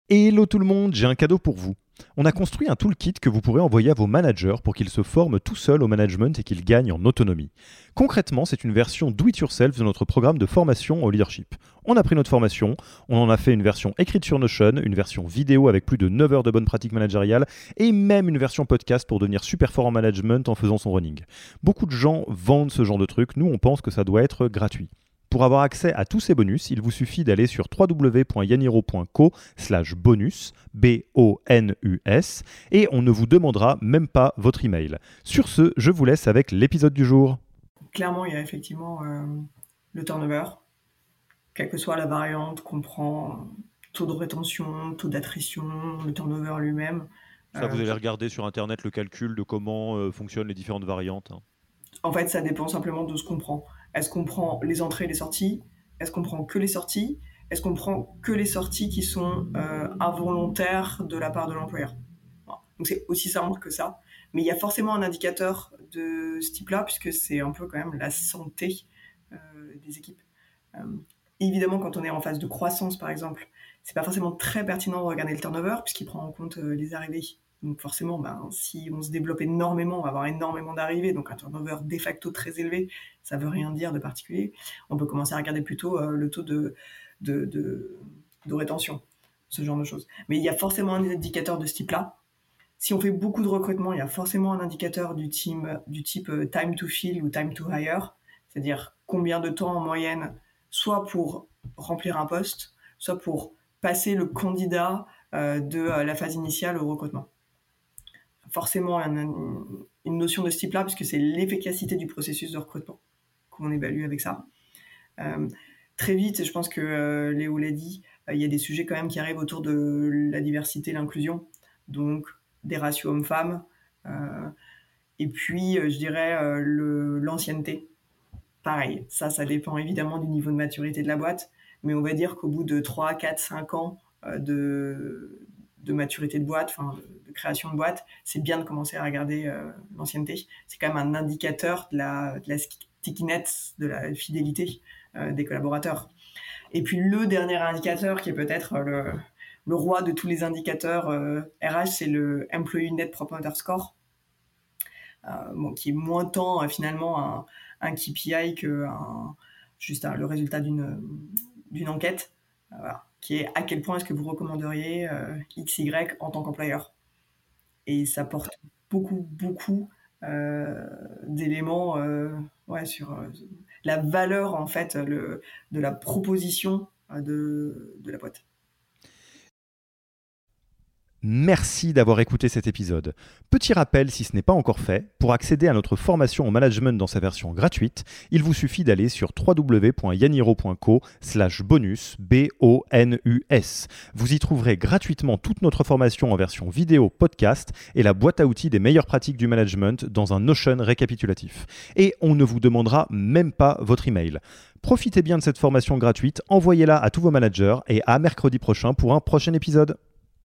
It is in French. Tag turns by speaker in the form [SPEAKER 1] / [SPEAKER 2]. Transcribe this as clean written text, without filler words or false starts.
[SPEAKER 1] Hello tout le monde, j'ai un cadeau pour vous. On a construit un toolkit que vous pourrez envoyer à vos managers pour qu'ils se forment tout seuls au management et qu'ils gagnent en autonomie. Concrètement, c'est une version do-it-yourself de notre programme de formation au leadership. On a pris notre formation, on en a fait une version écrite sur Notion, une version vidéo avec plus de 9 heures de bonnes pratiques managériales et même une version podcast pour devenir super fort en management en faisant son running. Beaucoup de gens vendent ce genre de truc, nous on pense que ça doit être gratuit. Pour avoir accès à tous ces bonus, il vous suffit d'aller sur www.yaniro.co/bonus, B-O-N-U-S, et on ne vous demandera même pas votre email. Sur ce, je vous laisse avec l'épisode du jour.
[SPEAKER 2] Clairement, il y a effectivement le turnover, quelle que soit la variante qu'on prend, taux de rétention, taux d'attrition, le turnover lui-même.
[SPEAKER 1] Ça, vous allez regarder sur Internet le calcul de comment fonctionnent les différentes variantes.
[SPEAKER 2] En fait, ça dépend simplement de ce qu'on prend. Est-ce qu'on prend les entrées et les sorties? Est-ce qu'on prend que les sorties? Est-ce qu'on prend que les sorties qui sont involontaires de la part de l'employeur? Voilà. Donc c'est aussi simple que ça. Mais il y a forcément un indicateur de ce type-là, puisque c'est un peu quand même la santé des équipes. Évidemment, quand on est en phase de croissance, par exemple, c'est pas forcément très pertinent de regarder le turnover, puisqu'il prend en compte les arrivées. Donc forcément, si on se développe énormément, on va avoir énormément d'arrivées, donc un turnover de facto très élevé, ça veut rien dire de particulier. On peut commencer à regarder plutôt le taux de rétention, ce genre de choses. Mais il y a forcément un indicateur de ce type-là. Si on fait beaucoup de recrutement, il y a forcément un indicateur du type time to fill ou time to hire, c'est-à-dire combien de temps en moyenne, soit pour remplir un poste, soit pour passer le candidat de la phase initiale au recrutement. Forcément, une notion de ce type-là, puisque c'est l'efficacité du processus de recrutement qu'on évalue avec ça. Très vite, je pense que Léo l'a dit, il y a des sujets quand même qui arrivent autour de la diversité, l'inclusion, donc des ratios hommes-femmes, et puis je dirais l'ancienneté. Pareil, ça dépend évidemment du niveau de maturité de la boîte, mais on va dire qu'au bout de 3, 4, 5 ans de maturité de boîte, de création de boîte, c'est bien de commencer à regarder l'ancienneté. C'est quand même un indicateur de la stickiness, de la fidélité des collaborateurs. Et puis le dernier indicateur qui est peut-être le roi de tous les indicateurs RH, c'est le Employee Net Promoter Score, qui est moins tant finalement un KPI que juste le résultat d'une enquête, voilà, qui est à quel point est-ce que vous recommanderiez XY en tant qu'employeur. Et ça porte beaucoup d'éléments sur la valeur en fait de la proposition de la boîte.
[SPEAKER 1] Merci d'avoir écouté cet épisode. Petit rappel, si ce n'est pas encore fait, pour accéder à notre formation au management dans sa version gratuite, il vous suffit d'aller sur www.yaniro.co/bonus, B-O-N-U-S. Vous y trouverez gratuitement toute notre formation en version vidéo, podcast et la boîte à outils des meilleures pratiques du management dans un Notion récapitulatif. Et on ne vous demandera même pas votre email. Profitez bien de cette formation gratuite, envoyez-la à tous vos managers et à mercredi prochain pour un prochain épisode.